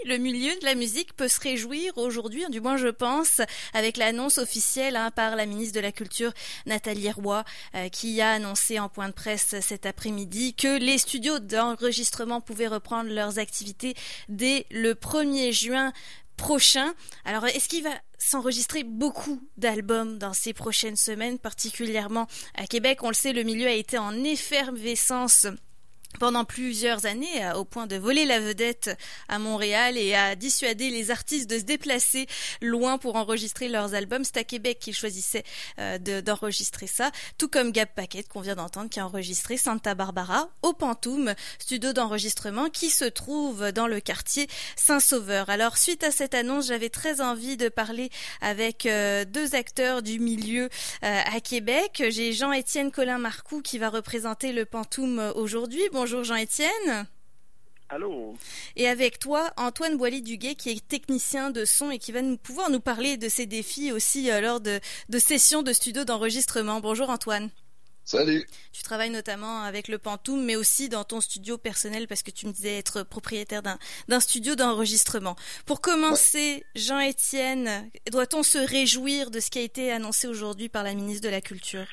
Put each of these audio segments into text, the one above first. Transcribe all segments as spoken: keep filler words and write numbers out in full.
Le milieu de la musique peut se réjouir aujourd'hui, du moins je pense, avec l'annonce officielle hein, par la ministre de la Culture, Nathalie Roy, euh, qui a annoncé en point de presse cet après-midi que les studios d'enregistrement pouvaient reprendre leurs activités dès le premier juin prochain. Alors, est-ce qu'il va s'enregistrer beaucoup d'albums dans ces prochaines semaines, particulièrement à Québec? On le sait, le milieu a été en effervescence pendant plusieurs années, au point de voler la vedette à Montréal et à dissuader les artistes de se déplacer loin pour enregistrer leurs albums. C'est à Québec qu'ils choisissaient euh, de, d'enregistrer ça, tout comme Gab Paquette qu'on vient d'entendre qui a enregistré Santa Barbara au Pantoum, studio d'enregistrement qui se trouve dans le quartier Saint-Sauveur. Alors suite à cette annonce, j'avais très envie de parler avec euh, deux acteurs du milieu euh, à Québec. J'ai Jean-Étienne Collin-Marcoux qui va représenter le Pantoum aujourd'hui. Bonjour Jean-Étienne. Allô. Et avec toi, Antoine Boilly-Duguay, qui est technicien de son et qui va nous, pouvoir nous parler de ses défis aussi euh, lors de, de sessions de studio d'enregistrement. Bonjour Antoine. Salut. Tu travailles notamment avec le Pantoum, mais aussi dans ton studio personnel parce que tu me disais être propriétaire d'un, d'un studio d'enregistrement. Pour commencer, ouais. Jean-Étienne, doit-on se réjouir de ce qui a été annoncé aujourd'hui par la ministre de la Culture?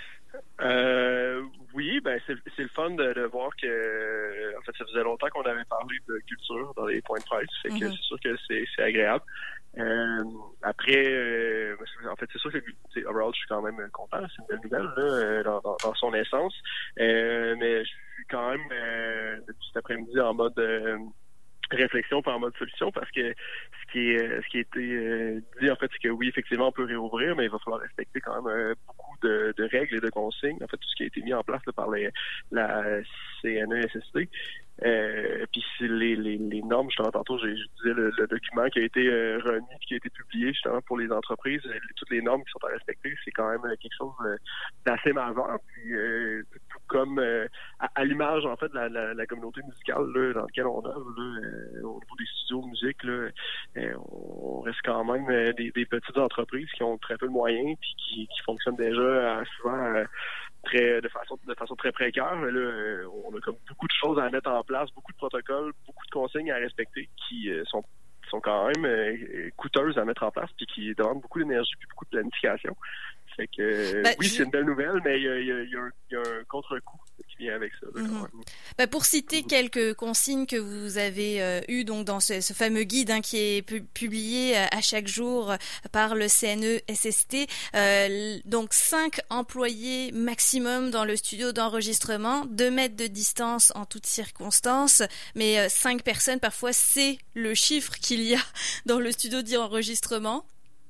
Euh... Oui, ben c'est, c'est le fun de, de voir que, en fait, ça faisait longtemps qu'on avait parlé de culture dans les points de presse, fait que mm-hmm. c'est sûr que c'est, c'est agréable. Euh, après, euh, en fait, c'est sûr que, overall, je suis quand même content, c'est une belle nouvelle là, dans, dans, dans son essence, euh, mais je suis quand même euh, depuis cet après-midi en mode euh, réflexion pas en mode solution parce que ce qui est ce qui a été euh, dit en fait c'est que oui effectivement on peut réouvrir mais il va falloir respecter quand même euh, beaucoup de, de règles et de consignes en fait tout ce qui a été mis en place là, par les, la C N E S S T euh, puis les, les, les normes justement tantôt j'ai, je disais le, le document qui a été euh, remis qui a été publié justement pour les entreprises les, toutes les normes qui sont à respecter c'est quand même quelque chose euh, d'assez majeur puis euh, tout comme euh, à, à l'image en fait de la, la, la communauté musicale là, dans laquelle on œuvre là, euh, au niveau des studios de musique là, euh, on reste quand même euh, des, des petites entreprises qui ont très peu de moyens puis qui, qui fonctionnent déjà euh, souvent euh, très de façon de façon très précaire. Mais là, euh, on a comme beaucoup de choses à mettre en place, beaucoup de protocoles, beaucoup de consignes à respecter qui euh, sont sont quand même euh, coûteuses à mettre en place puis qui demandent beaucoup d'énergie puis beaucoup de planification. Fait que ben, oui, je... c'est une belle nouvelle, mais il y a, y a, y a, un, y a un contre-coup qui vient avec ça. Là, mm-hmm. ben, pour citer mm-hmm. quelques consignes que vous avez euh, eues donc dans ce, ce fameux guide hein, qui est pu- publié euh, à chaque jour par le C N E S S T, euh, donc cinq employés maximum dans le studio d'enregistrement, deux mètres de distance en toutes circonstances, mais euh, cinq personnes parfois c'est le chiffre qu'il y a dans le studio d'enregistrement.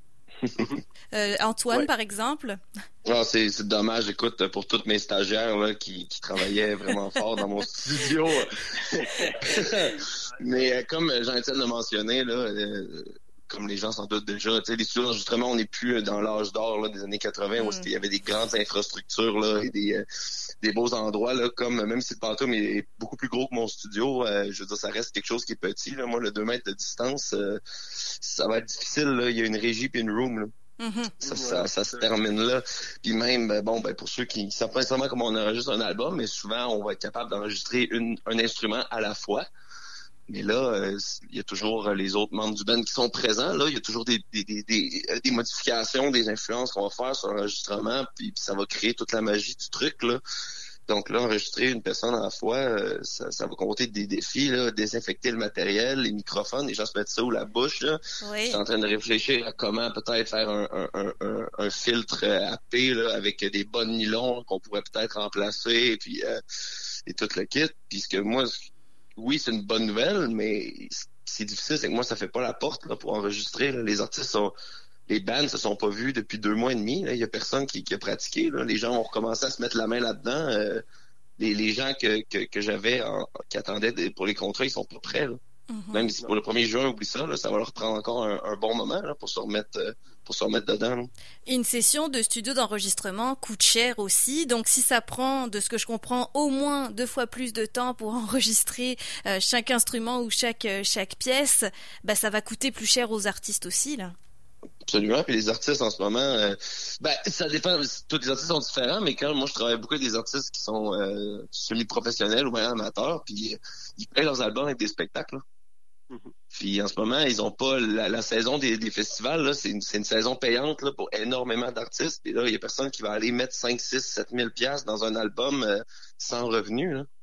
Euh, Antoine, ouais. par exemple. Ah, c'est, c'est dommage, écoute, pour toutes mes stagiaires là, qui, qui travaillaient vraiment fort dans mon studio. Mais euh, comme Jean-Étienne l'a mentionné, là, euh, comme les gens s'en doutent déjà, tu sais, les studios d'enregistrement, on n'est plus dans l'âge d'or là, des années quatre-vingts, mm. où il y avait des grandes infrastructures là, et des, euh, des beaux endroits, là, comme même si le Pantoum est beaucoup plus gros que mon studio, euh, je veux dire, ça reste quelque chose qui est petit. Là. Moi, le deux mètres de distance, euh, ça va être difficile. Là. Il y a une régie puis une room. Là. Mm-hmm. Ça, ça, ça se termine là. Puis même, bon, ben pour ceux qui ne savent pas nécessairement comment on enregistre un album, mais souvent, on va être capable d'enregistrer une, un instrument à la fois. Mais là, euh, il y a toujours les autres membres du band qui sont présents. Là, il y a toujours des, des, des, des, des modifications, des influences qu'on va faire sur l'enregistrement, puis, puis ça va créer toute la magie du truc, là. Donc là, enregistrer une personne à la fois, euh, ça, ça va compter des défis, là, désinfecter le matériel, les microphones, les gens se mettent ça ou la bouche. Là. Oui. Je suis en train de réfléchir à comment peut-être faire un, un, un, un filtre A P là, avec des bonnes nylons qu'on pourrait peut-être remplacer, et puis euh, et tout le kit. Puisque moi, oui, c'est une bonne nouvelle, mais c'est difficile, c'est que moi, ça fait pas la porte là, pour enregistrer. Là. Les artistes sont... Les bands se sont pas vus depuis deux mois et demi. Là. Il y a personne qui, qui a pratiqué. Là. Les gens ont recommencé à se mettre la main là-dedans. Euh, les, les gens que, que, que j'avais en, qui attendaient pour les contrats, ils sont pas prêts. Là. Mm-hmm. Même si pour le premier juin, oublie ça, là, ça va leur prendre encore un, un bon moment là, pour se remettre euh, pour se remettre dedans. Là. Une session de studio d'enregistrement coûte cher aussi. Donc si ça prend, de ce que je comprends, au moins deux fois plus de temps pour enregistrer euh, chaque instrument ou chaque, euh, chaque pièce, bah, ça va coûter plus cher aux artistes aussi, là. Absolument. Puis les artistes en ce moment, euh, ben ça dépend. Tous les artistes sont différents, mais quand moi je travaille beaucoup avec des artistes qui sont euh, semi-professionnels ou même amateurs, puis euh, ils payent leurs albums avec des spectacles. Là. Puis en ce moment, ils ont pas la, la saison des, des festivals, là, c'est une, c'est une saison payante là, pour énormément d'artistes. Et là, il y a personne qui va aller mettre cinq, six, sept mille piastres dans un album euh, sans revenu. Là.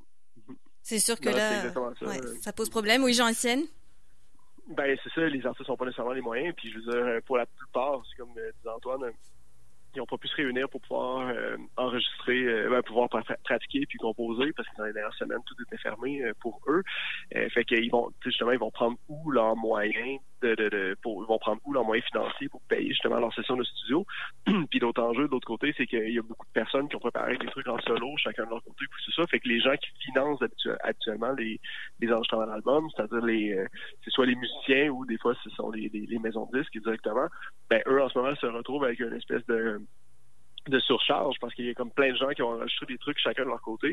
C'est sûr que non, là, ça, ouais, ça pose problème. Oui, Jean-Étienne? Ben, c'est ça, les artistes n'ont pas nécessairement les moyens. Puis, je veux dire, pour la plupart, c'est comme euh, disait Antoine, ils n'ont pas pu se réunir pour pouvoir euh, enregistrer, euh, ben, pouvoir pr- pratiquer puis composer, parce que dans les dernières semaines, tout était fermé euh, pour eux. Euh, fait qu'ils vont, justement, ils vont prendre où leurs moyens de, de, de pour, ils vont prendre où leurs moyens financiers pour payer justement leur session de studio. Puis l'autre enjeu, de l'autre côté, c'est qu'il y a beaucoup de personnes qui ont préparé des trucs en solo, chacun de leur côté, puis c'est ça. Fait que les gens qui financent habitu- actuellement les, les enregistrements d'albums, c'est-à-dire les, euh, c'est soit les musiciens ou des fois ce sont les, les, les maisons de disques directement, ben eux en ce moment se retrouvent avec une espèce de de surcharge, parce qu'il y a comme plein de gens qui ont enregistré des trucs chacun de leur côté.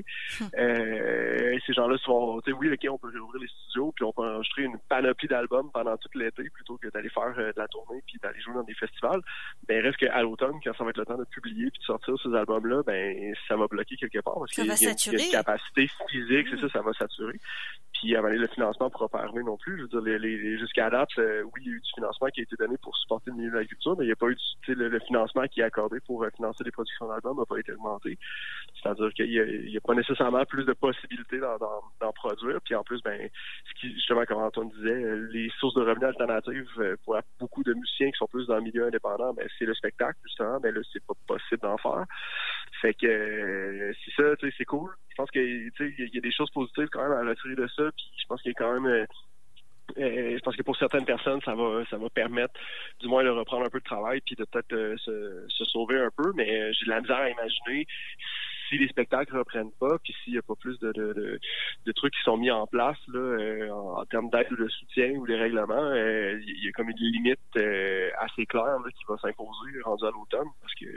euh, ces gens-là se vont, tu sais, oui, ok, on peut réouvrir les studios, puis on peut enregistrer une panoplie d'albums pendant tout l'été, plutôt que d'aller faire euh, de la tournée puis d'aller jouer dans des festivals. Ben, reste qu'à l'automne, quand ça va être le temps de publier puis de sortir ces albums-là, ben, ça va bloquer quelque part, parce ça qu'il y a, y a une capacité physique, mmh. c'est ça, ça va saturer. Puis, avant le financement ne pourra pas arriver non plus. Je veux dire, les, les, jusqu'à date, euh, oui, il y a eu du financement qui a été donné pour supporter le milieu de la culture, mais il n'y a pas eu du, le, le financement qui est accordé pour euh, financer les productions d'albums n'a pas été augmenté. C'est-à-dire qu'il n'y a, a pas nécessairement plus de possibilités d'en, d'en, d'en produire. Puis en plus, ben, ce qui, justement, comme Antoine disait, les sources de revenus alternatives pour beaucoup de musiciens qui sont plus dans le milieu indépendant, ben, c'est le spectacle, justement. Ben là, c'est pas possible d'en faire. Fait que euh, c'est ça, tu sais, c'est cool. Je pense que tu sais, il y a des choses positives quand même à retirer de ça. Puis je pense qu'il y a quand même euh, Euh, je pense que pour certaines personnes, ça va ça va permettre du moins de reprendre un peu de travail puis de peut-être euh, se, se sauver un peu, mais euh, j'ai de la misère à imaginer si les spectacles reprennent pas, puis s'il y a pas plus de, de, de, de trucs qui sont mis en place là, euh, en, en termes d'aide ou de soutien ou des règlements, euh, il y a comme une limite euh, assez claire là, qui va s'imposer rendu à l'automne, parce que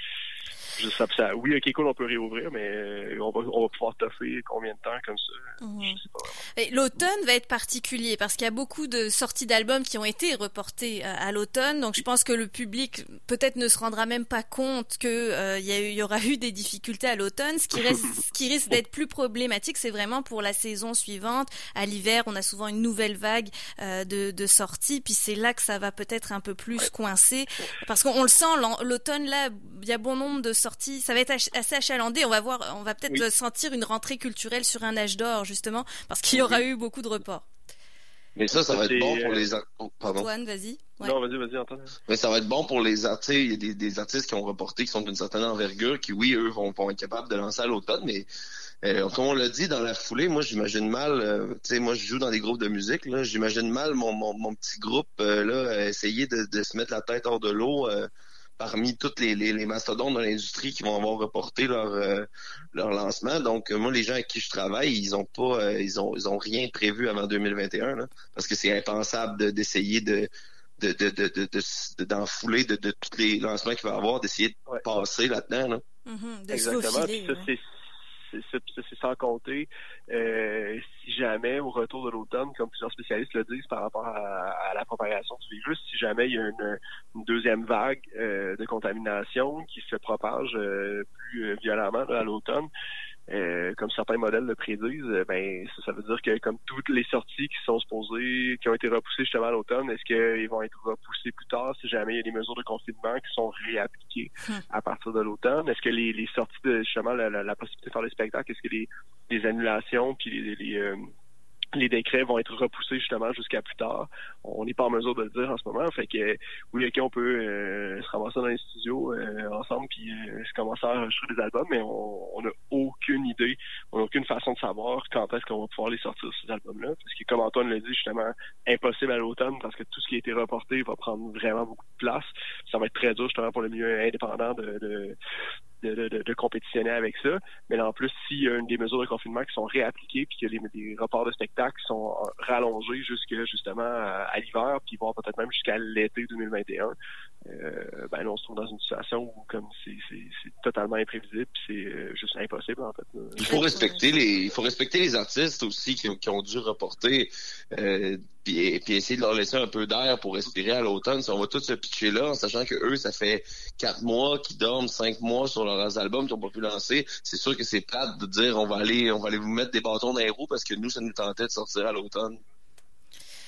je sais, ça, oui, ok, cool, on peut réouvrir, mais on va, on va pouvoir toffer combien de temps comme ça? Mmh. Je sais pas vraiment. Et l'automne va être particulier parce qu'il y a beaucoup de sorties d'albums qui ont été reportées à, à l'automne. Donc, je pense que le public peut-être ne se rendra même pas compte que euh, il y, a eu, il y aura eu des difficultés à l'automne. Ce qui, reste, ce qui risque d'être plus problématique, c'est vraiment pour la saison suivante. À l'hiver, on a souvent une nouvelle vague euh, de, de sorties. Puis c'est là que ça va peut-être un peu plus ouais. coincer. Parce qu'on le sent, l'automne, là, il y a bon nombre de sorties. Ça va être assez achalandé. On va voir, on va peut-être oui. sentir une rentrée culturelle sur un âge d'or, justement, parce qu'il y aura oui. eu beaucoup de reports. Mais ça, ça va être bon pour les artistes. Oh, pardon. Antoine, vas-y. Ouais. Non, vas-y, vas-y, Antoine. Mais ça va être bon pour les artistes. Il y a des, des artistes qui ont reporté, qui sont d'une certaine envergure, qui, oui, eux, vont, vont être capables de lancer à l'automne, mais euh, comme on l'a dit, dans la foulée, moi, j'imagine mal, euh, tu sais, moi, je joue dans des groupes de musique, là, j'imagine mal mon, mon, mon petit groupe, euh, là, essayer de, de se mettre la tête hors de l'eau, euh, parmi toutes les, les, les mastodontes de l'industrie qui vont avoir reporté leur euh, leur lancement. Donc euh, moi, les gens avec qui je travaille, ils ont pas euh, ils ont ils ont rien prévu avant deux mille vingt et un là, parce que c'est impensable de, d'essayer de de de de de, de, de d'enfouler de, de tous les lancements qu'il va y avoir, d'essayer de ouais. passer là-dedans là. Mm-hmm, exactement. Filer, ça, ouais. c'est C'est, c'est, c'est sans compter euh, si jamais au retour de l'automne, comme plusieurs spécialistes le disent par rapport à, à la propagation du virus, si jamais il y a une, une deuxième vague euh, de contamination qui se propage euh, plus violemment là, à l'automne, Euh, comme certains modèles le prédisent, ben ça, ça veut dire que comme toutes les sorties qui sont supposées, qui ont été repoussées justement à l'automne, est-ce qu'ils vont être repoussés plus tard si jamais il y a des mesures de confinement qui sont réappliquées à partir de l'automne? Est-ce que les, les sorties de justement la, la, la possibilité de faire des spectacles, est-ce que les, les annulations puis les, les, les euh, les décrets vont être repoussés justement jusqu'à plus tard. On n'est pas en mesure de le dire en ce moment. Fait que oui, ok, on peut euh, se ramasser dans les studios euh, ensemble puis euh, se commencer à enregistrer des albums, mais on n'a aucune idée, on n'a aucune façon de savoir quand est-ce qu'on va pouvoir les sortir, ces albums-là. Parce que comme Antoine l'a dit, justement, impossible à l'automne parce que tout ce qui a été reporté va prendre vraiment beaucoup de place. Ça va être très dur justement pour le milieu indépendant de, de De, de, de compétitionner avec ça. Mais là, en plus, s'il y a une des mesures de confinement qui sont réappliquées puis que les, les reports de spectacles sont rallongés jusqu'à justement à, à l'hiver, puis voire peut-être même jusqu'à l'été deux mille vingt et un, euh, ben là, on se trouve dans une situation où comme c'est, c'est, c'est totalement imprévisible puis c'est euh, juste impossible en fait. Il faut respecter les il faut respecter les artistes aussi qui, qui ont dû reporter euh, puis, puis essayer de leur laisser un peu d'air pour respirer à l'automne. Si on va tous se pitcher là en sachant que eux, ça fait quatre mois qu'ils dorment, cinq mois sur leurs albums qu'ils n'ont pas pu lancer, c'est sûr que c'est plate de dire on va aller on va aller vous mettre des bâtons dans les roues parce que nous, ça nous tentait de sortir à l'automne.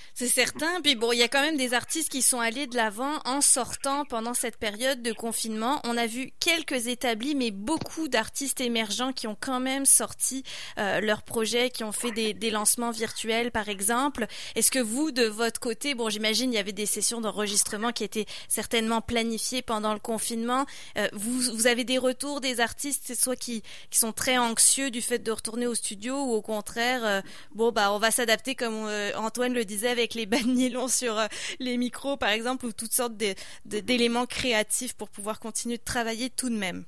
C'est certain. Puis bon, il y a quand même des artistes qui sont allés de l'avant en sortant pendant cette période de confinement. On a vu quelques établis, mais beaucoup d'artistes émergents qui ont quand même sorti euh, leurs projets, qui ont fait des, des lancements virtuels, par exemple. Est-ce que vous, de votre côté, bon, j'imagine il y avait des sessions d'enregistrement qui étaient certainement planifiées pendant le confinement. Euh, vous, vous avez des retours des artistes, soit qui, qui sont très anxieux du fait de retourner au studio, ou au contraire, euh, bon, bah, on va s'adapter comme euh, Antoine le disait avec les bas de nylon sur euh, les micros, par exemple, ou toutes sortes de, de, d'éléments créatifs pour pouvoir continuer de travailler tout de même?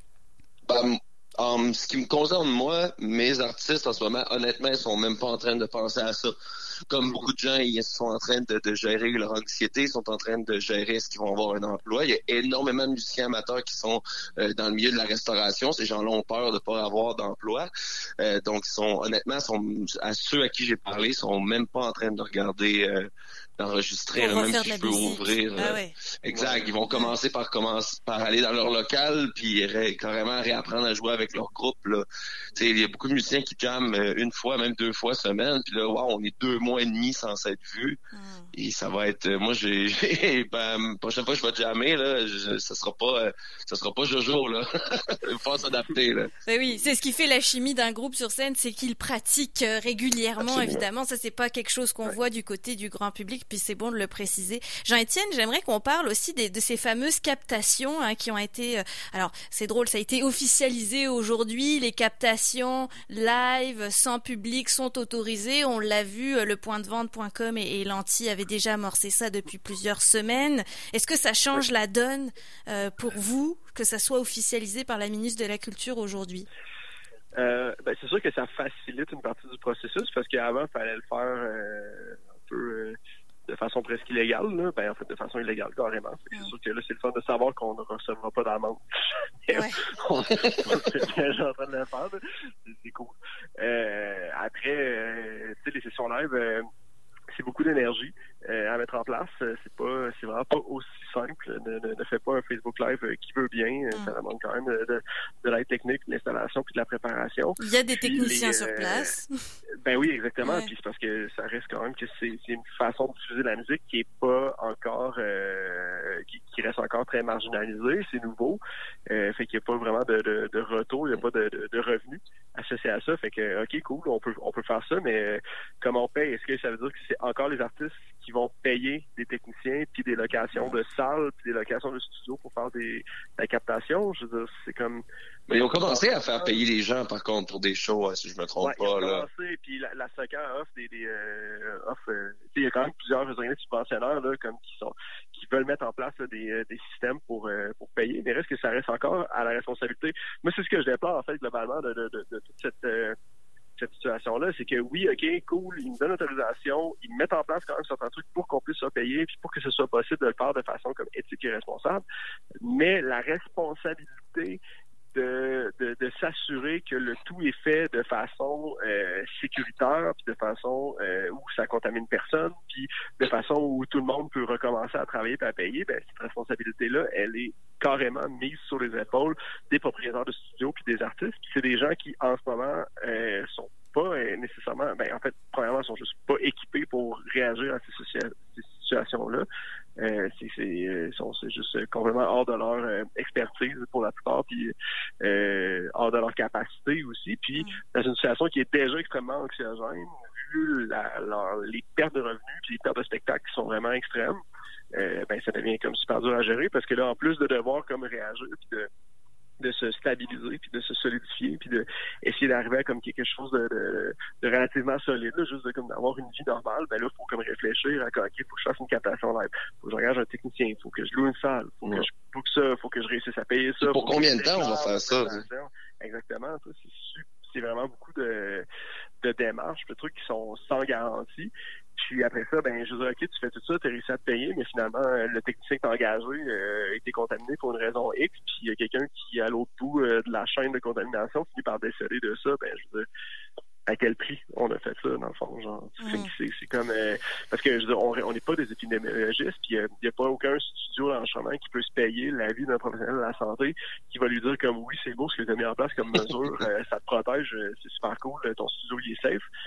Ben, um, ce qui me concerne, moi, mes artistes, en ce moment, honnêtement, ils sont même pas en train de penser à ça. Comme beaucoup de gens, ils sont en train de, de gérer leur anxiété, ils sont en train de gérer est-ce qu'ils vont avoir un emploi. Il y a énormément de musiciens amateurs qui sont euh, dans le milieu de la restauration. Ces gens-là ont peur de pas avoir d'emploi. Euh, donc, ils sont, honnêtement, sont, à ceux à qui j'ai parlé, sont même pas en train de regarder, euh, d'enregistrer, là, même si je peux ouvrir. Ah euh, ouais. Exact. Ils vont commencer par commencer par aller dans leur local, puis ré, carrément réapprendre à jouer avec leur groupe. Là. Il y a beaucoup de musiciens qui jamment une fois, même deux fois semaine, puis là, wow, on est deux mois et demi sans s'être vus. Mm. Et ça va être, moi, j'ai, j'ai ben, prochaine fois que je vais jammer, là, je, ça sera pas, euh, ça sera pas Jojo, là. Il faut s'adapter, là. Ben oui, c'est ce qui fait la chimie d'un groupe sur scène, c'est qu'ils pratiquent régulièrement. Absolument. Évidemment. Ça, c'est pas quelque chose qu'on ouais. voit du côté du grand public, puis c'est bon de le préciser. Jean-Étienne, j'aimerais qu'on parle aussi des, de ces fameuses captations hein, qui ont été, euh, alors, c'est drôle, ça a été officialisé aujourd'hui, les captations live, sans public, sont autorisées. On l'a vu, le point de vente point com et, et Lanty avaient déjà amorcé ça depuis plusieurs semaines. Est-ce que ça change oui. la donne euh, pour vous, que ça soit officialisé par la ministre de la Culture aujourd'hui? Euh, ben, c'est sûr que ça facilite une partie du processus parce qu'avant, il fallait le faire euh, un peu euh, de façon presque illégale. Là. Ben, en fait, de façon illégale, carrément. C'est mmh. sûr que là, c'est le fun de savoir qu'on ne recevra pas d'amende. Ouais. on est déjà en train de le faire. C'est, c'est cool. Euh, après, euh, tu sais, les sessions live... Euh, c'est beaucoup d'énergie euh, à mettre en place. C'est pas, c'est vraiment pas aussi simple. Ne, ne, ne fais pas un Facebook Live euh, qui veut bien. Mm. Ça demande quand même de, de, de l'aide technique, de l'installation puis de la préparation. Il y a des puis techniciens les, sur euh, place. Ben oui, exactement. Ouais. Puis c'est parce que ça reste quand même que c'est, c'est une façon d'utiliser la musique qui est pas encore, euh, qui, qui reste encore très marginalisée. C'est nouveau. Euh, fait qu'il n'y a pas vraiment de, de, de retour, il n'y a pas de, de, de revenus associés à ça. Fait que ok, cool, on peut, on peut faire ça, mais comment on paye? Est-ce que ça veut dire que c'est encore les artistes qui vont payer des techniciens puis des locations de salles puis des locations de studios pour faire des la captation? Je veux dire, c'est comme... Mais ils ont commencé à faire payer les gens, par contre, pour des shows, si je me trompe ouais, pas. Ils ont là. commencé, puis la, la SOCAN offre des... des euh, offre, euh, il y a quand même plusieurs organismes subventionnaires là, comme qui sont qui veulent mettre en place là, des, des systèmes pour euh, pour payer, mais reste que ça reste encore à la responsabilité. Moi, c'est ce que je déplore, en fait, globalement, de, de, de, de toute cette... Euh, cette situation-là, c'est que oui, OK, cool, ils nous donnent l'autorisation, ils mettent en place quand même certains trucs pour qu'on puisse se payer, puis pour que ce soit possible de le faire de façon comme éthique et responsable, mais la responsabilité de, de, de s'assurer que le tout est fait de façon euh, sécuritaire, puis de façon euh, où ça contamine personne, puis de façon où tout le monde peut recommencer à travailler et à payer, ben cette responsabilité-là, elle est carrément mise sur les épaules des propriétaires de studios puis des artistes. Puis c'est des gens qui, en ce moment, euh, sont pas euh, nécessairement, ben en fait, premièrement, sont juste pas équipés pour réagir à ces, socia- ces situations-là. Euh, c'est, c'est, euh, sont, c'est juste complètement hors de leur euh, expertise pour la plupart, puis euh, hors de leur capacité aussi. Puis dans une situation qui est déjà extrêmement anxiogène, vu la, la, les pertes de revenus puis les pertes de spectacles qui sont vraiment extrêmes, euh, ben ça devient comme super dur à gérer parce que là, en plus de devoir comme réagir puis de de se stabiliser, puis de se solidifier, puis de essayer d'arriver à comme quelque chose de, de, de relativement solide, là, juste de, comme d'avoir une vie normale, ben là, il faut comme réfléchir à OK, il faut que je fasse une captation live, faut que j'engage un technicien, il faut que je loue une salle, faut ouais. que je faut que ça, faut que je réussisse à payer ça. Pour combien de temps on va faire ça? Exactement, ça, c'est, c'est vraiment beaucoup de, de démarches, de trucs qui sont sans garantie. Puis après ça, ben je dis OK, tu fais tout ça, tu as réussi à te payer, mais finalement, le technicien que tu as engagé euh, a été contaminé pour une raison X, puis il y a quelqu'un qui, à l'autre bout euh, de la chaîne de contamination, finit par décéder de ça, ben je veux dire, à quel prix on a fait ça, dans le fond, genre. Mm. C'est, c'est comme... Euh, parce que je veux dire, on n'est pas des épidémiologistes, puis il n'y a, a pas aucun studio d'enregistrement qui peut se payer la vie d'un professionnel de la santé qui va lui dire comme oui, c'est beau ce que tu as mis en place comme mesure, euh, ça te protège, c'est super cool, ton studio il est safe.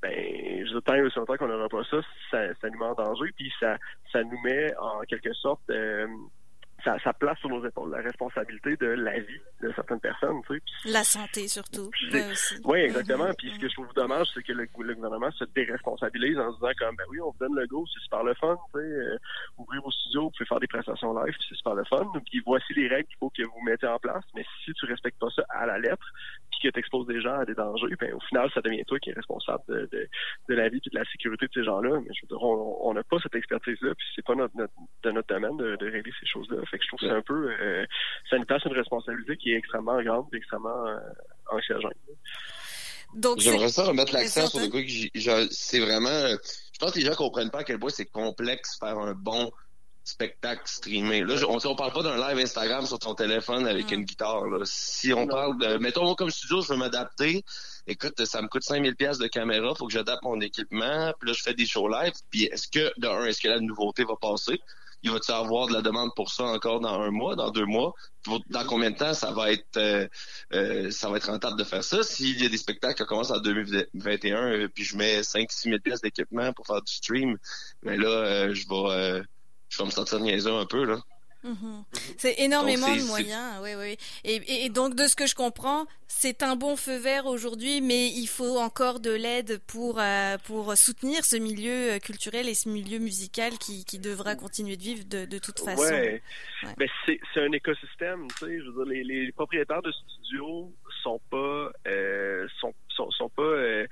ben, je veux dire, tant et aussi longtemps qu'on n'aura pas ça, ça, ça nous met en danger, puis ça, ça nous met en quelque sorte, euh, ça, ça place sur nos épaules la responsabilité de la vie de certaines personnes, tu sais. La santé surtout. Ouais, aussi. Oui, exactement. Mm-hmm. Puis ce que je trouve dommage, c'est que le, le gouvernement se déresponsabilise en se disant comme, ben oui, on vous donne le go, c'est super le fun, tu sais, euh, ouvrir vos studios, vous pouvez faire des prestations live, puis c'est super le fun. Puis voici les règles qu'il faut que vous mettez en place. Mais si tu respectes pas ça à la lettre, puis que tu exposes des gens à des dangers, ben au final, ça devient toi qui es responsable de, de, de la vie et de la sécurité de ces gens-là. Mais je veux dire, on n'a pas cette expertise-là, puis c'est pas notre, notre, de notre domaine de, de régler ces choses-là. Fait que je trouve que c'est un peu, euh, ça nous place une responsabilité qui est extrêmement grande et extrêmement euh, anxiogène. Donc, j'aimerais ça remettre l'accent sur le coup que c'est vraiment, je pense que les gens comprennent pas à quel point c'est complexe faire un bon spectacle streamé. Là, on, on parle pas d'un live Instagram sur ton téléphone avec mmh. une guitare. Là. Si on non. parle de, mettons, moi, comme studio, je veux m'adapter. Écoute, ça me coûte cinq mille dollars de caméra, faut que j'adapte mon équipement. Puis là, je fais des shows live. Puis est-ce que, de un, est-ce que la nouveauté va passer? Il va-tu avoir de la demande pour ça encore dans un mois, dans deux mois? Dans combien de temps ça va être euh, euh, ça va être rentable de faire ça? S'il y a des spectacles qui commencent en deux mille vingt et un, euh, puis je mets cinq six mille dollars d'équipement pour faire du stream, mais là, euh, je vais euh, je vais me sentir niaiseux un peu, là. Mmh. C'est énormément donc, c'est, de moyens, oui, oui. Et, et donc, de ce que je comprends, c'est un bon feu vert aujourd'hui, mais il faut encore de l'aide pour euh, pour soutenir ce milieu culturel et ce milieu musical qui, qui devra continuer de vivre de, de toute façon. Ouais. ouais. Ben c'est c'est un écosystème, tu sais. Je veux dire, les, les propriétaires de studios sont pas euh, sont sont sont pas euh,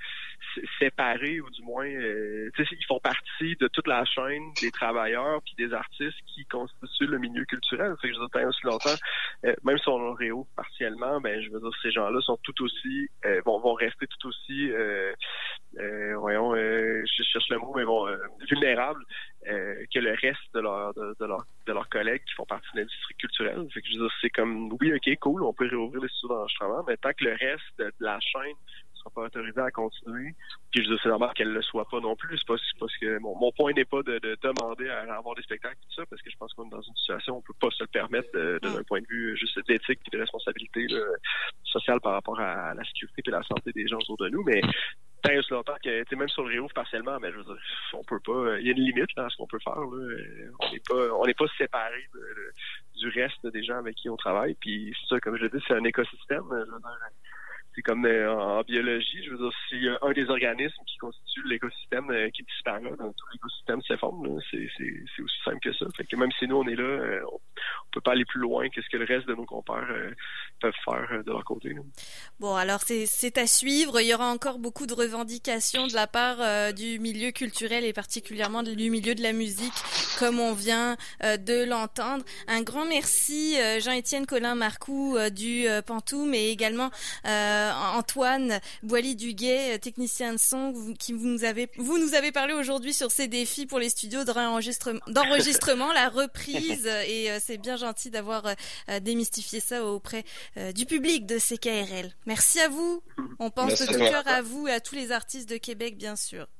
séparés ou du moins, euh, tu sais, ils font partie de toute la chaîne des travailleurs puis des artistes qui constituent le milieu culturel. Fait que je veux dire, tant aussi longtemps, euh, même si on le réouvre partiellement, ben je veux dire, ces gens-là sont tout aussi, euh, vont vont rester tout aussi, euh, euh, voyons, euh, je cherche le mot, mais bon, euh, vulnérables euh, que le reste de leurs de, de leurs de leurs collègues qui font partie de l'industrie culturelle. Fait que je veux dire, c'est comme, oui, ok, cool, on peut réouvrir les studios d'enregistrement, mais tant que le reste de, de la chaîne pas autorisée à continuer. Puis je dis c'est normal qu'elle ne le soit pas non plus. C'est pas, c'est parce que mon, mon point n'est pas de, de demander à avoir des spectacles tout ça, parce que je pense qu'on est dans une situation où on peut pas se le permettre de, de, d'un point de vue juste d'éthique et de responsabilité là, sociale par rapport à la sécurité et la santé des gens autour de nous. Mais tant et aussi longtemps que même sur le réouvre partiellement, mais je veux dire, on peut pas. Il y a une limite là à ce qu'on peut faire. Là. On n'est pas on n'est pas séparés de, de, du reste des gens avec qui on travaille. Puis c'est ça, comme je l'ai dit, c'est un écosystème. Je veux dire, c'est comme euh, en biologie, je veux dire, s'il y a un des organismes qui constitue l'écosystème euh, qui disparaît, donc tout l'écosystème s'effondre, là, c'est, c'est, c'est aussi simple que ça. Fait que même si nous, on est là, euh, on, on peut pas aller plus loin que ce que le reste de nos compères euh, peuvent faire euh, de leur côté. Là. Bon, alors c'est, c'est à suivre. Il y aura encore beaucoup de revendications de la part euh, du milieu culturel et particulièrement du milieu de la musique, comme on vient euh, de l'entendre. Un grand merci, euh, Jean-Étienne Colin-Marcoux euh, du euh, Pantoum, et également euh, Antoine Boilly-Duguay, technicien de son, vous, qui vous nous avez, vous nous avez parlé aujourd'hui sur ces défis pour les studios d'enregistrement, d'enregistrement la reprise, et euh, c'est bien gentil d'avoir euh, démystifié ça auprès euh, du public de C K R L. Merci à vous. On pense de tout cœur à vous et à tous les artistes de Québec, bien sûr.